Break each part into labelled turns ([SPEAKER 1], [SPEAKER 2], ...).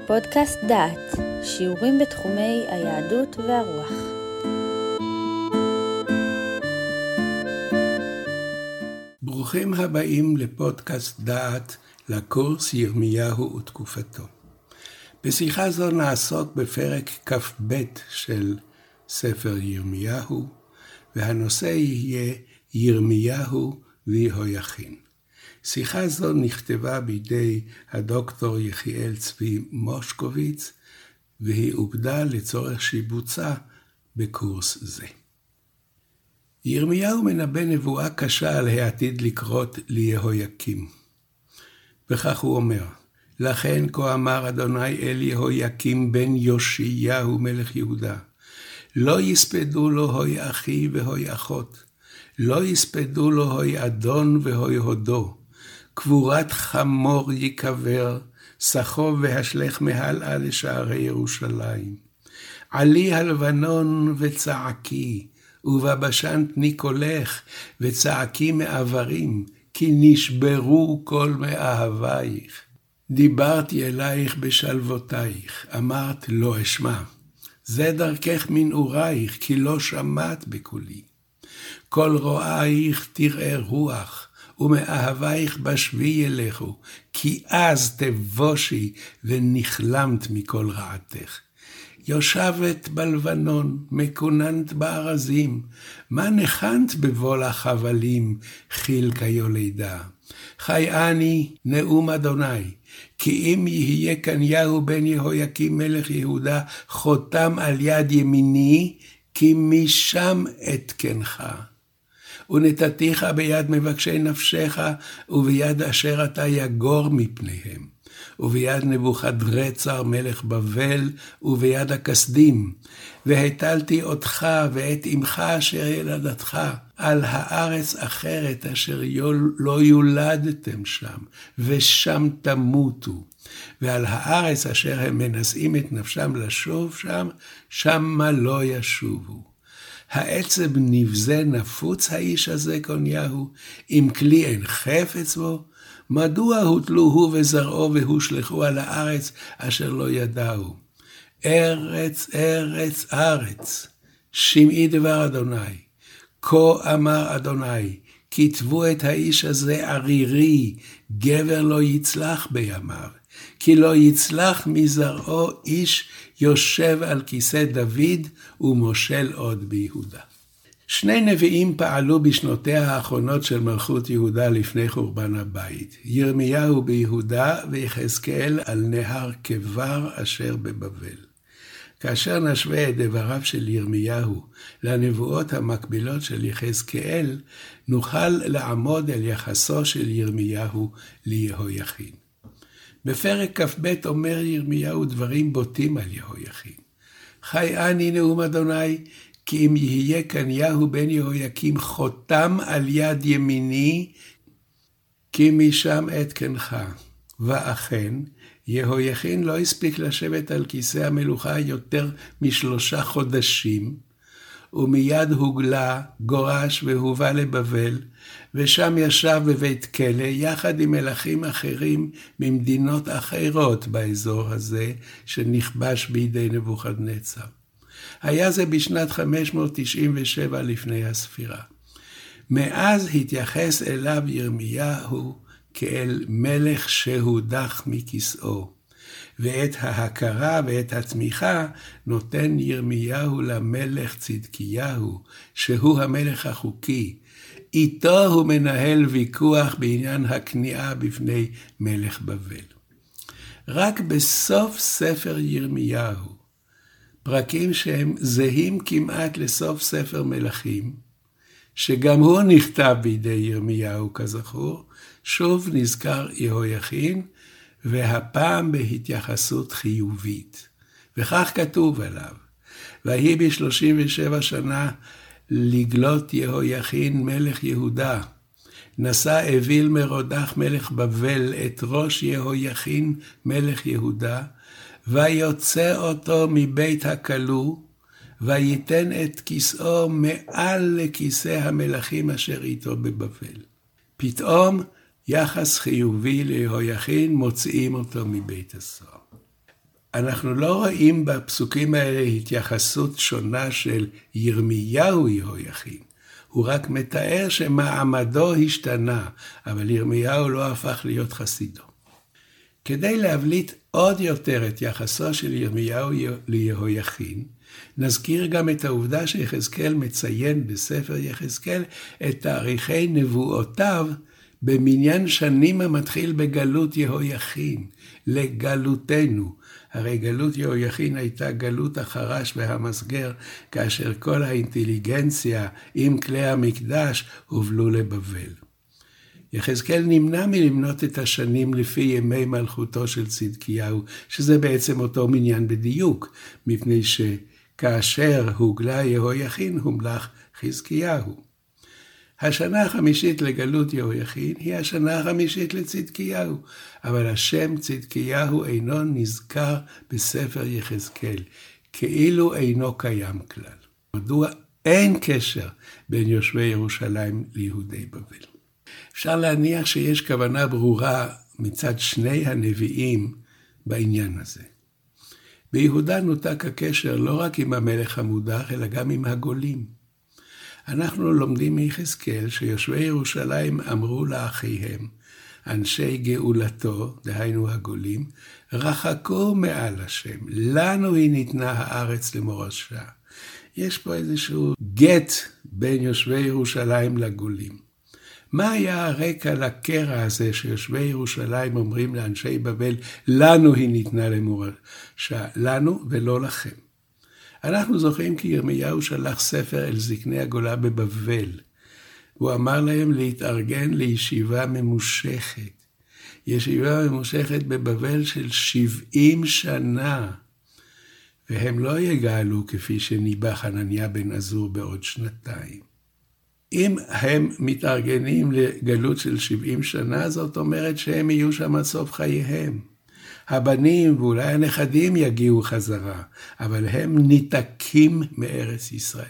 [SPEAKER 1] פודקאסט דעת, שיעורים בתחומי היהדות והרוח.
[SPEAKER 2] ברוכים הבאים לפודקאסט דעת לקורס ירמיהו ותקופתו. בשיחה זו נעסוק בפרק כ"ב של ספר ירמיהו, והנושא יהיה ירמיהו ויהויכין. שיחה זו נכתבה בידי הדוקטור יחיאל צבי מושקוביץ, והיא עובדה לצורך שיבוצה בקורס זה. ירמיהו מנבא נבואה קשה על העתיד לקרות ליהויקים. וכך הוא אומר, לכן כה אמר אדוני אל יהויקים בן יאשיהו מלך יהודה, לא יספדו לו הוי אחי והוי אחות, לא יספדו לו הוי אדון והוי הודו, קבורת חמור יקבר, סחוב והשלך מעלה לשערי ירושלים. עלי הלבנון וצעקי, ובבשן תני קולך, וצעקי מעברים, כי נשברו כל מאהבייך. דיברתי אלייך בשלוותייך, אמרת לא אשמע. זה דרכך מנעורייך, כי לא שמעת בקולי. כל רואייך תראה רוח, ומאהבייך בשבי ילכו, כי אז תבושי ונכלמת מכל רעתך. יושבת בלבנון, מקוננת בארזים, מה נחנת בבול החבלים, חיל כיולידה. חי אני נאום אדוני, כי אם יהיה קניהו בן יהויקים מלך יהודה, חותם על יד ימיני, כי משם אתקנך. ונתתיך ביד מבקשי נפשך, וביד אשר אתה יגור מפניהם, וביד נבוכדרצר מלך בבל, וביד הכסדים, והטלתי אותך ואת אמך אשר ילדתך, על הארץ אחרת אשר לא יולדתם שם, ושם תמותו, ועל הארץ אשר הם מנסים את נפשם לשוב שם, שמה לא ישובו. העצב נבזה נפוץ האיש הזה קוניהו, אם כלי אין חפץ בו, מדוע הוטלו הוא וזרעו והושלחו על הארץ אשר לא ידעו? ארץ, ארץ, ארץ, שמעי דבר אדוני, כה אמר אדוני, כתבו את האיש הזה ערירי, גבר לא יצלח בימיו, כי לא יצלח מזרעו איש יושב על כיסא דוד ומושל עוד ביהודה. שני נביאים פעלו בשנותיה האחרונות של מלכות יהודה לפני חורבן הבית, ירמיהו ביהודה ויחזקאל על נהר כבר אשר בבבל. כאשר נשווה את דבריו של ירמיהו לנבואות המקבילות של יחזקאל, נוכל לעמוד על יחסו של ירמיהו ליהויכין. בפרק כ"ב אומר ירמיהו דברים בוטים על יהויכין. חי אני נאום אדוני, כי אם יהיה קניהו בן יהויקים חותם על יד ימיני, כי משם אתקנך. ואכן, יהויכין לא הספיק לשבת על כיסא המלוכה יותר מ3 חודשים, ומיד הוגלה, גורש והובא לבבל, ושם ישב בבית כלא יחד עם מלכים אחרים ממדינות אחרות באזור הזה שנכבש בידי נבוכדנצר. היה זה בשנת 597 לפני הספירה. מאז התייחס אליו ירמיהו כאל מלך שהודח מכיסאו, ואת ההכרה ואת התמיכה נותן ירמיהו למלך צדקיהו, שהוא המלך החוקי. איתו הוא מנהל ויכוח בעניין הכניעה בפני מלך בבל. רק בסוף ספר ירמיהו, פרקים שהם זהים כמעט לסוף ספר מלכים, שגם הוא נכתב בידי ירמיהו כזכור, שוב נזכר יהויכין, והפעם בהתייחסות חיובית. וכך כתוב עליו, ויהי ב37 שנה לגלות יהויכין מלך יהודה, נשא אוויל מרודח מלך בבל את ראש יהויכין מלך יהודה, ויוצא אותו מבית הכלוא, ויתן את כיסאו מעל לכיסא המלכים אשר איתו בבבל. פתאום יחס חיובי ליהויכין מוציאים אותו מבית הסוהר. אנחנו לא רואים בפסוקים האלה התייחסות שונה של ירמיהו יהויכין. הוא רק מתאר שמעמדו השתנה, אבל ירמיהו לא הפך להיות חסידו. כדי להבליט עוד יותר את יחסו של ירמיהו ליהויכין, נזכיר גם את העובדה שיחזקאל מציין בספר יחזקאל את תאריכי נבואותיו במניין שנים המתחיל בגלות יהויכין, לגלותנו. הרי גלות יהויכין הייתה גלות החרש והמסגר, כאשר כל האינטליגנציה עם כלי המקדש הובלו לבבל. יחזקאל נמנע מלמנות את השנים לפי ימי מלכותו של צדקיהו, שזה בעצם אותו מניין בדיוק, מפני שכאשר הוגלה יהויכין הומלך חזקיהו. השנה החמישית לגלות יהויכין היא השנה החמישית לצדקיהו, אבל השם צדקיהו אינו נזכר בספר יחזקאל, כאילו אינו קיים כלל. מדוע אין קשר בין יושבי ירושלים ליהודי בבל? אפשר להניח שיש כוונה ברורה מצד שני הנביאים בעניין הזה. ביהודה נותק הקשר לא רק עם המלך המודח, אלא גם עם הגולים. אנחנו לומדים מיחזקאל שיושבי ירושלים אמרו לאחיהם, אנשי גאולתו, דהיינו הגולים, רחקו מעל השם, לנו היא ניתנה הארץ למורשה. יש פה איזשהו גט בין יושבי ירושלים לגולים. מה היה הרקע לקרע הזה שיושבי ירושלים אומרים לאנשי בבל, לנו היא ניתנה למורשה, לנו ולא לכם. אנחנו זוכרים כי ירמיהו שלח ספר אל זקני הגולה בבבל. הוא אמר להם להתארגן לישיבה ממושכת. ישיבה ממושכת בבבל של 70 שנה. והם לא יגאלו כפי שניבא חנניה בן עזור בעוד 2 אם הם מתארגנים לגלות של 70 שנה, זאת אומרת שהם יהיו שם עד סוף חייהם. הבנים ואולי הנכדים יגיעו חזרה, אבל הם ניתקים מארץ ישראל.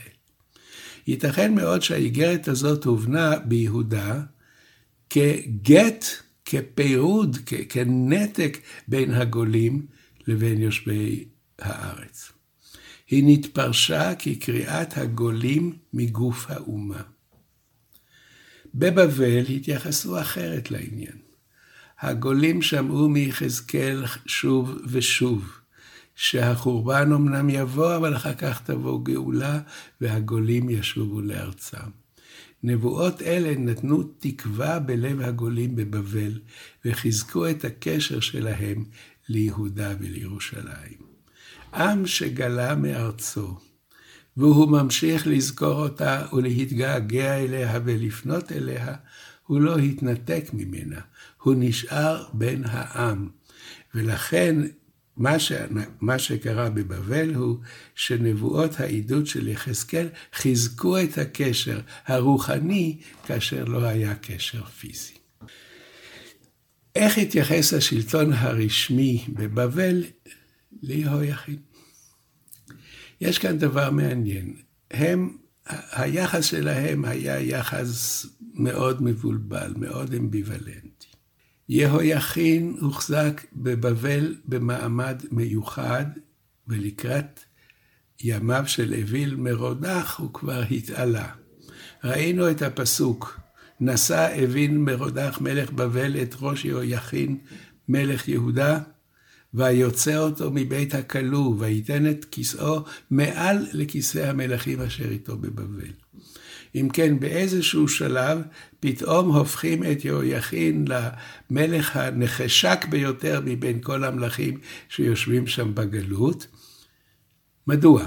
[SPEAKER 2] ייתכן מאוד שהאיגרת הזאת הובנה ביהודה כגט, כפירוד, כנתק בין הגולים לבין יושבי הארץ. היא נתפרשה כקריאת הגולים מגוף האומה. בבבל התייחסו אחרת לעניין. הגולים שמעו מיחזקאל שוב ושוב, שהחורבן אמנם יבוא, אבל אחר כך תבוא גאולה, והגולים ישובו לארצם. נבואות אלה נתנו תקווה בלב הגולים בבבל, וחיזקו את הקשר שלהם ליהודה ולירושלים. עם שגלה מארצו, והוא ממשיך לזכור אותה ולהתגעגע אליה ולפנות אליה, הוא לא התנתק ממנה, הוא נשאר בין העם. ולכן מה שקרה בבבל הוא שנבואות העידוד של יחזקאל חיזקו את הקשר הרוחני כאשר לא היה קשר פיזי. איך התייחס השלטון הרשמי בבבל ליהויכין? יש כאן דבר מעניין. היחס שלהם היה יחס מאוד מבולבל, מאוד אמביוולנטי. יהויכין הוחזק בבבל במעמד מיוחד, ולקראת ימיו של אוויל מרודח הוא כבר התעלה. ראינו את הפסוק, נשא אוויל מרודח מלך בבל את ראש יהויכין מלך יהודה, ויוצא אותו מבית הכלוא, ויתן את כיסאו מעל לכיסא המלכים אשר איתו בבבל. אם כן, באיזשהו שלב, פתאום הופכים את יהויכין למלך הנחשק ביותר מבין כל המלכים שיושבים שם בגלות. מדוע?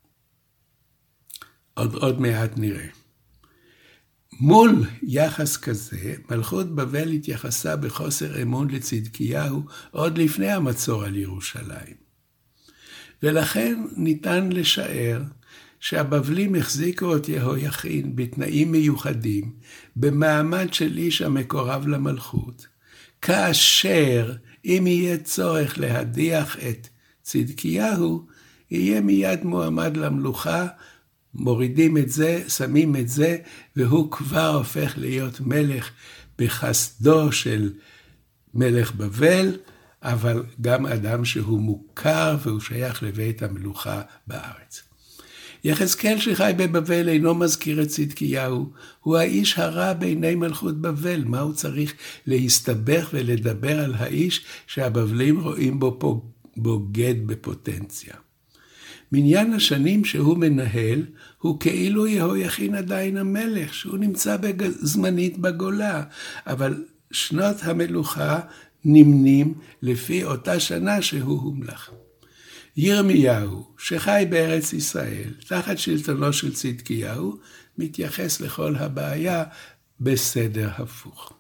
[SPEAKER 2] עוד מעט נראה. מול יחס כזה, מלכות בבל התייחסה בחוסר אמון לצדקיהו עוד לפני המצור על ירושלים. ולכן ניתן לשער שהבבלים החזיקו את יהויכין בתנאים מיוחדים, במעמד של איש המקורב למלכות, כאשר אם יהיה צורך להדיח את צדקיהו, יהיה מיד מועמד למלוכה, מורידים את זה, שמים את זה, והוא כבר הופך להיות מלך בחסדו של מלך בבל, אבל גם אדם שהוא מוכר והוא שייך לבית המלוכה בארץ. יחזקאל שחי בבבל אינו מזכיר את צדקיהו, הוא האיש הרע בעיני מלכות בבל. מה הוא צריך להסתבך ולדבר על האיש שהבבלים רואים בו בוגד בפוטנציה? מניין השנים שהוא מנהל הוא כאילו יהויכין עדיין המלך, שהוא נמצא זמנית בגולה, אבל שנות המלוכה נמנים לפי אותה שנה שהוא הומלך. ירמיהו, שחי בארץ ישראל, תחת שלטונו של צדקיהו, מתייחס לכל הבעיה בסדר הפוך.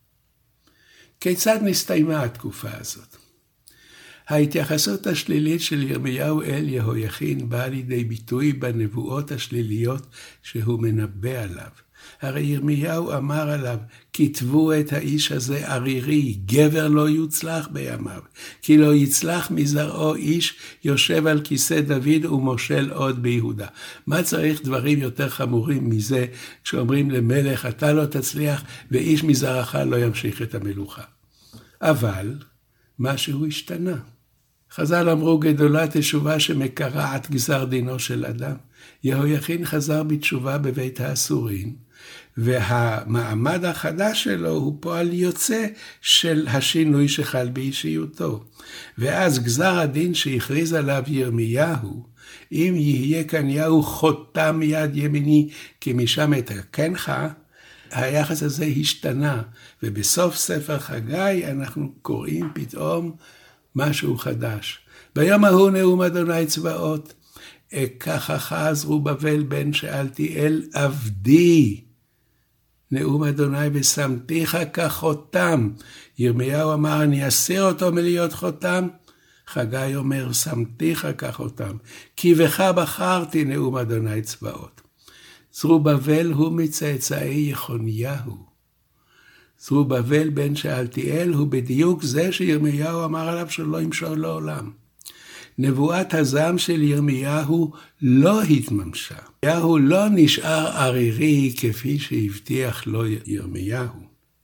[SPEAKER 2] כיצד נסתיימה התקופה הזאת? ההתייחסות השלילית של ירמיהו אל יהויכין באה לידי ביטוי בנבואות השליליות שהוא מנבא עליו. הרי ירמיהו אמר עליו, כתבו את האיש הזה ערירי, גבר לא יוצלח בימיו, כי לא יצלח מזרעו איש יושב על כיסא דוד ומושל עוד ביהודה. מה צריך דברים יותר חמורים מזה, כשאומרים למלך, אתה לא תצליח ואיש מזרעך לא ימשיך את המלוכה. אבל משהו השתנה. חז"ל אמרו, גדולה תשובה שמקרעת גזר דינו של אדם. יהויכין חזר בתשובה בבית האסורים, והמעמד החדש שלו הוא פועל יוצא של השינוי שחל באישיותו. ואז גזר הדין שהכריז עליו ירמיהו, אם יהיה קניהו חותם יד ימיני כי משם אתקנך, היחס הזה השתנה, ובסוף ספר חגי אנחנו קוראים פתאום משהו חדש. ביום ההוא נאום אדוני צבאות, אקחך זרובבל בן שאלתיאל עבדי, נאום אדוני ושמתיך כחותם. ירמיהו אמר, אני אסיר אותו מלהיות חותם. חגי אומר, שמתיך כחותם, כי בך בחרתי, נאום אדוני צבאות. זרובבל הוא מצאצאי יחוניהו. זרובבל בן שאלתיאל הוא בדיוק זה שירמיהו אמר עליו שלא ימשול לעולם. נבואת הזעם של ירמיהו לא התממשה. ירמיהו לא נשאר ערירי כפי שהבטיח לו ירמיהו.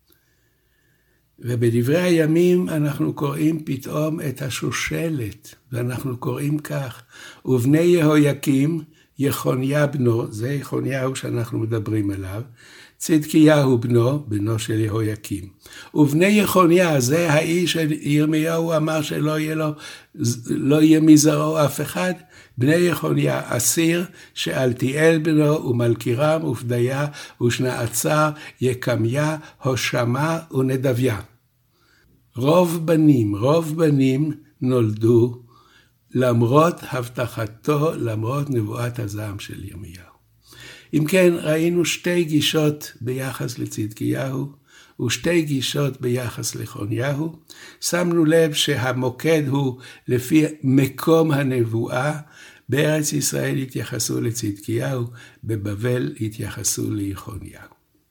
[SPEAKER 2] ובדברי הימים אנחנו קוראים פתאום את השושלת, ואנחנו קוראים כך, ובני יהויקים, יחוניה בנו, זה יחוניהו שאנחנו מדברים עליו, צדקיהו בנו של יהויקים. ובני יחוניה, זה האיש של ירמיהו אמר שלא יהיה לו, לא יהיה מזרעו אף אחד. בני יחוניה, אסיר, שאלתיאל בנו, ומלכירם, ופדיה, ושנעצר, יקמיה, הושמה ונדביה. רוב בנים נולדו, למרות הבטחתו, למרות נבואת הזעם של ירמיהו. אם כן, ראינו שתי גישות ביחס לצדקיהו, ושתי גישות ביחס לחוניהו. שמנו לב שהמוקד הוא לפי מקום הנבואה. בארץ ישראל התייחסו לצדקיהו, בבבל התייחסו ליחוניהו.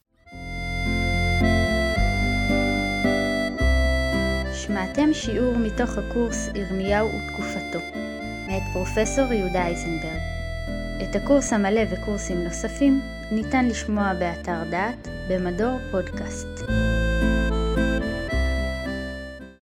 [SPEAKER 1] שמעתם שיעור מתוך הקורס ירמיהו ותקופתו, מאת פרופסור יהודה אייזנברג. את הקורס המלא וקורסים נוספים ניתן לשמוע באתר דעת במדור פודקאסט.